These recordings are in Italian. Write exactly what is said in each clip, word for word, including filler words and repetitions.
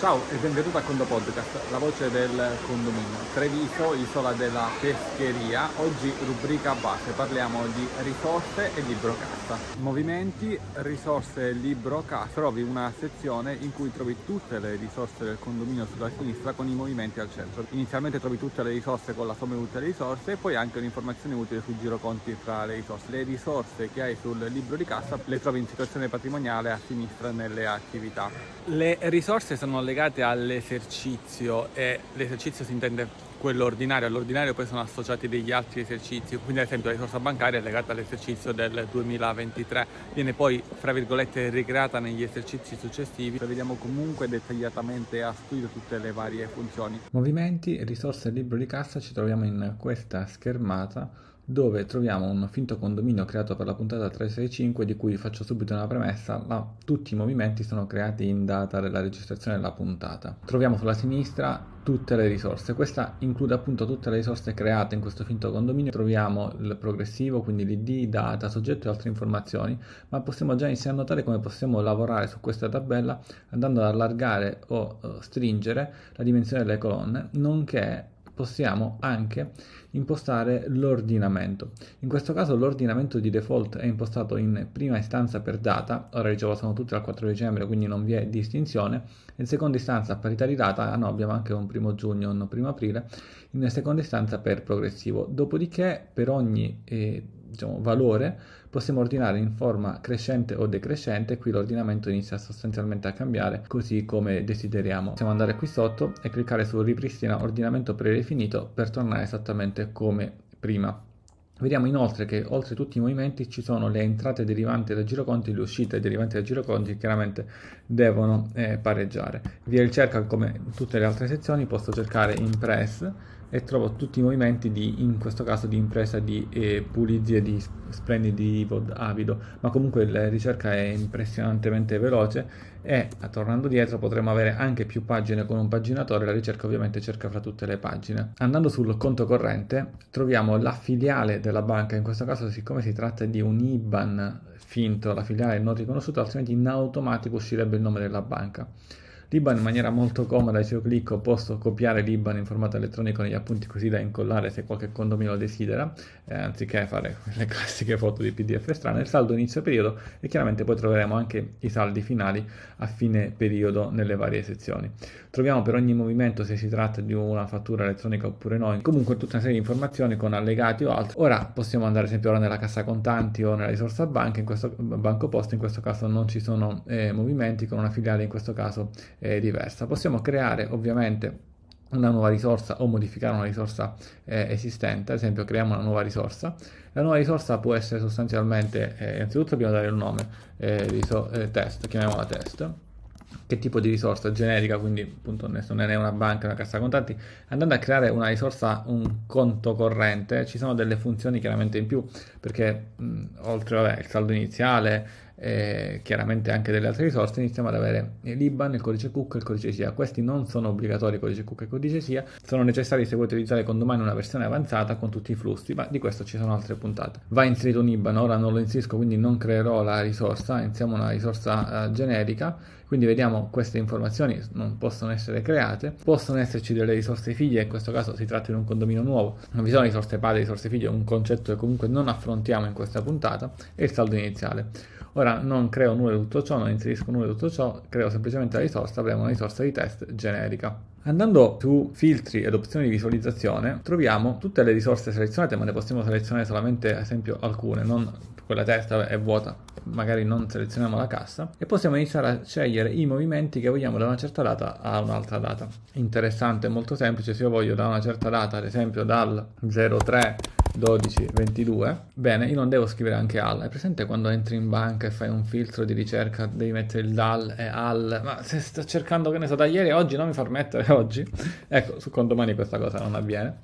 Ciao e benvenuto a Condo Podcast, la voce del condominio. Treviso, isola della pescheria. Oggi rubrica base, parliamo di risorse e libro cassa. Movimenti, risorse e libro cassa. Trovi una sezione in cui trovi tutte le risorse del condominio sulla sinistra con i movimenti al centro. Inizialmente trovi tutte le risorse con la somma di tutte le risorse e poi anche un'informazione utile sui giroconti fra le risorse. Le risorse che hai sul libro di cassa le trovi in situazione patrimoniale a sinistra nelle attività. Le risorse sono legate all'esercizio e l'esercizio si intende quello ordinario. All'ordinario poi sono associati degli altri esercizi, quindi ad esempio la risorsa bancaria è legata all'esercizio del duemilaventitré, viene poi fra virgolette ricreata negli esercizi successivi. Vediamo comunque dettagliatamente a studio tutte le varie funzioni. Movimenti, risorse e libro di cassa. Ci troviamo in questa schermata dove troviamo un finto condominio creato per la puntata trecentosessantacinque, di cui faccio subito una premessa: la, tutti i movimenti sono creati in data della registrazione della puntata. Troviamo sulla sinistra tutte le risorse, questa include appunto tutte le risorse create in questo finto condominio. Troviamo il progressivo, quindi l'I D, data, soggetto e altre informazioni, ma possiamo già iniziare a notare come possiamo lavorare su questa tabella andando ad allargare o uh, stringere la dimensione delle colonne, nonché possiamo anche impostare l'ordinamento. In questo caso l'ordinamento di default è impostato in prima istanza per data, ora dicevo sono tutte al quattro dicembre, quindi non vi è distinzione. In seconda istanza a parità di data, ah no, abbiamo anche un primo giugno, un primo aprile, in seconda istanza per progressivo. Dopodiché per ogni eh, diciamo, valore possiamo ordinare in forma crescente o decrescente. Qui l'ordinamento inizia sostanzialmente a cambiare così come desideriamo. Possiamo andare qui sotto e cliccare su ripristina ordinamento predefinito per tornare esattamente come prima. Vediamo inoltre che oltre tutti i movimenti ci sono le entrate derivanti dai giroconti, le uscite derivanti dai giroconti, chiaramente devono eh, pareggiare. Via ricerca, come in tutte le altre sezioni, posso cercare impress e trovo tutti i movimenti di, in questo caso, di impresa di eh, pulizie di splendido avido, ma comunque la ricerca è impressionantemente veloce e tornando dietro potremo avere anche più pagine con un paginatore. La ricerca ovviamente cerca fra tutte le pagine. Andando sul conto corrente troviamo la filiale della banca, in questo caso siccome si tratta di un I B A N finto, la filiale non riconosciuta, altrimenti in automatico uscirebbe il nome della banca. L'I B A N in maniera molto comoda, se io clicco posso copiare l'I B A N in formato elettronico negli appunti così da incollare se qualche condominio lo desidera, eh, anziché fare le classiche foto di P D F strane. Il saldo inizio periodo e chiaramente poi troveremo anche i saldi finali a fine periodo nelle varie sezioni. Troviamo per ogni movimento se si tratta di una fattura elettronica oppure no, comunque tutta una serie di informazioni con allegati o altro. Ora possiamo andare ad esempio ora nella cassa contanti o nella risorsa banca, in questo banco posta, in questo caso non ci sono eh, movimenti, con una filiale in questo caso eh, diversa. Possiamo creare ovviamente una nuova risorsa o modificare una risorsa eh, esistente. Ad esempio creiamo una nuova risorsa. La nuova risorsa può essere sostanzialmente, eh, innanzitutto dobbiamo dare un nome, eh, riso- eh, test, chiamiamola test. Che tipo di risorsa? Generica, quindi appunto non è una banca, una cassa contanti. Andando a creare una risorsa, un conto corrente, ci sono delle funzioni chiaramente in più, perché mh, oltre vabbè, il saldo iniziale, eh, chiaramente anche delle altre risorse, iniziamo ad avere l'I B A N, il codice C U C e il codice S I A. Questi non sono obbligatori, codice C U C e codice S I A, sono necessari se vuoi utilizzare con domani una versione avanzata con tutti i flussi, ma di questo ci sono altre puntate. Va inserito un I B A N, ora non lo inserisco quindi non creerò la risorsa, iniziamo una risorsa uh, generica. Quindi vediamo queste informazioni non possono essere create, possono esserci delle risorse figlie, in questo caso si tratta di un condominio nuovo, non vi sono risorse padri, risorse figlie, è un concetto che comunque non affrontiamo in questa puntata, e il saldo iniziale. Ora non creo nulla di tutto ciò, non inserisco nulla di tutto ciò, creo semplicemente la risorsa, avremo una risorsa di test generica. Andando su filtri ed opzioni di visualizzazione troviamo tutte le risorse selezionate, ma ne possiamo selezionare solamente ad esempio alcune, non quella testa è vuota, magari non selezioniamo la cassa, e possiamo iniziare a scegliere i movimenti che vogliamo da una certa data a un'altra data. Interessante, molto semplice. Se io voglio da una certa data, ad esempio dal zero tre dodici ventidue, bene, io non devo scrivere anche al. È presente quando entri in banca e fai un filtro di ricerca, devi mettere il dal e al, ma se sto cercando, che ne so, da ieri a oggi, non mi far mettere oggi. Ecco, su condomani questa cosa non avviene.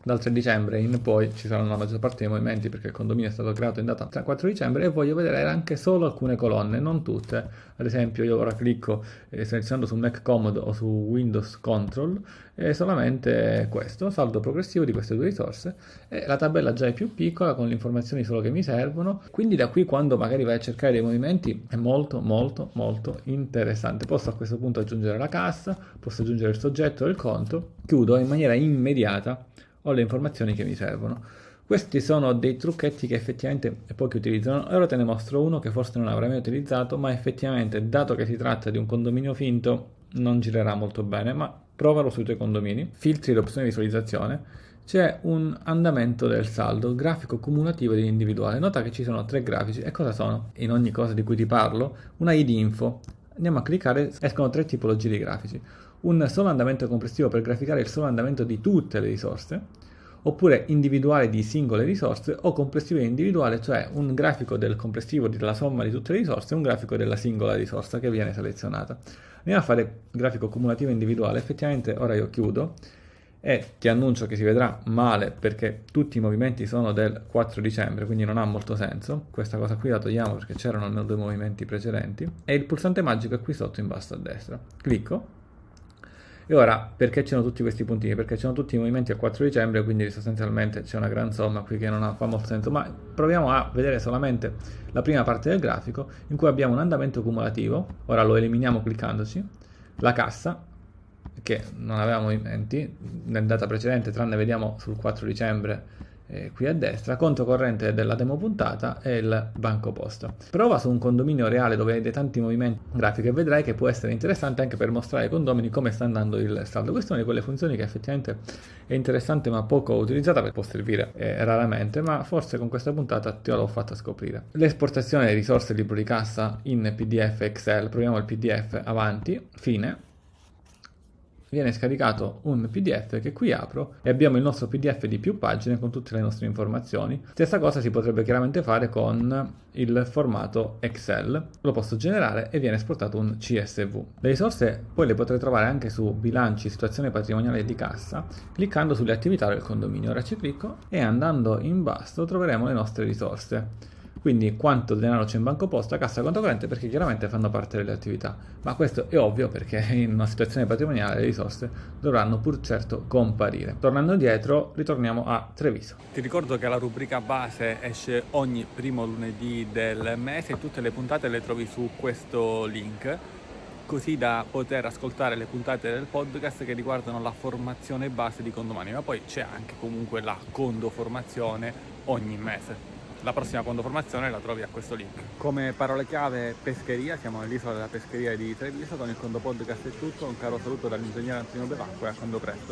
Dal tre dicembre in poi ci saranno la maggior parte dei movimenti perché il condominio è stato creato in data quattro dicembre e voglio vedere anche solo alcune colonne, non tutte. Ad esempio io ora clicco eh, selezionando su Mac Commode o su Windows Control e solamente questo, saldo progressivo di queste due risorse, e la tabella già è più piccola con le informazioni solo che mi servono, quindi da qui quando magari vai a cercare dei movimenti è molto molto molto interessante. Posso a questo punto aggiungere la cassa, posso aggiungere il soggetto e il conto, chiudo in maniera immediata, ho le informazioni che mi servono. Questi sono dei trucchetti che effettivamente pochi utilizzano e ora te ne mostro uno che forse non avrai mai utilizzato, ma effettivamente, dato che si tratta di un condominio finto, non girerà molto bene, ma provalo sui tuoi condomini. Filtri l'opzione visualizzazione, c'è un andamento del saldo, grafico cumulativo ed individuale. Nota che ci sono tre grafici e cosa sono? In ogni cosa di cui ti parlo, una I D info. Andiamo a cliccare, escono tre tipologie di grafici. Un solo andamento complessivo per graficare il solo andamento di tutte le risorse, oppure individuale di singole risorse, o complessivo e individuale, cioè un grafico del complessivo della somma di tutte le risorse e un grafico della singola risorsa che viene selezionata. Andiamo a fare grafico cumulativo individuale. Effettivamente ora io chiudo e ti annuncio che si vedrà male perché tutti i movimenti sono del quattro dicembre, quindi non ha molto senso. Questa cosa qui la togliamo perché c'erano almeno due movimenti precedenti e il pulsante magico è qui sotto in basso a destra. Clicco. E ora, perché c'erano tutti questi puntini? Perché c'erano tutti i movimenti al quattro dicembre, quindi sostanzialmente c'è una gran somma qui che non ha, fa molto senso, ma proviamo a vedere solamente la prima parte del grafico in cui abbiamo un andamento cumulativo, ora lo eliminiamo cliccandoci, la cassa, che non aveva movimenti nel data precedente, tranne vediamo sul quattro dicembre, eh, qui a destra, conto corrente della demo puntata e il banco posta. Prova su un condominio reale dove hai dei tanti movimenti grafici e vedrai che può essere interessante anche per mostrare ai condomini come sta andando il saldo. Questa è una di quelle funzioni che effettivamente è interessante ma poco utilizzata, perché può servire eh, raramente, ma forse con questa puntata te l'ho fatta scoprire. L'esportazione di risorse libro di cassa in P D F Excel, proviamo il P D F avanti, fine. Viene scaricato un P D F che qui apro e abbiamo il nostro P D F di più pagine con tutte le nostre informazioni. Stessa cosa si potrebbe chiaramente fare con il formato Excel. Lo posso generare e viene esportato un C S V. Le risorse poi le potrei trovare anche su bilanci, situazione patrimoniale di cassa, cliccando sulle attività del condominio. Ora ci clicco e andando in basso troveremo le nostre risorse. Quindi quanto denaro c'è in banco posta, cassa, conto corrente, perché chiaramente fanno parte delle attività. Ma questo è ovvio perché in una situazione patrimoniale le risorse dovranno pur certo comparire. Tornando indietro, ritorniamo a Treviso. Ti ricordo che la rubrica base esce ogni primo lunedì del mese e tutte le puntate le trovi su questo link, così da poter ascoltare le puntate del podcast che riguardano la formazione base di condomani, ma poi c'è anche comunque la condoformazione ogni mese. La prossima condoformazione la trovi a questo link. Come parole chiave pescheria, siamo nell'isola della pescheria di Treviso. Con il Condo Podcast è tutto, un caro saluto dall'ingegnere Antonio Bevacqua e a quando presto.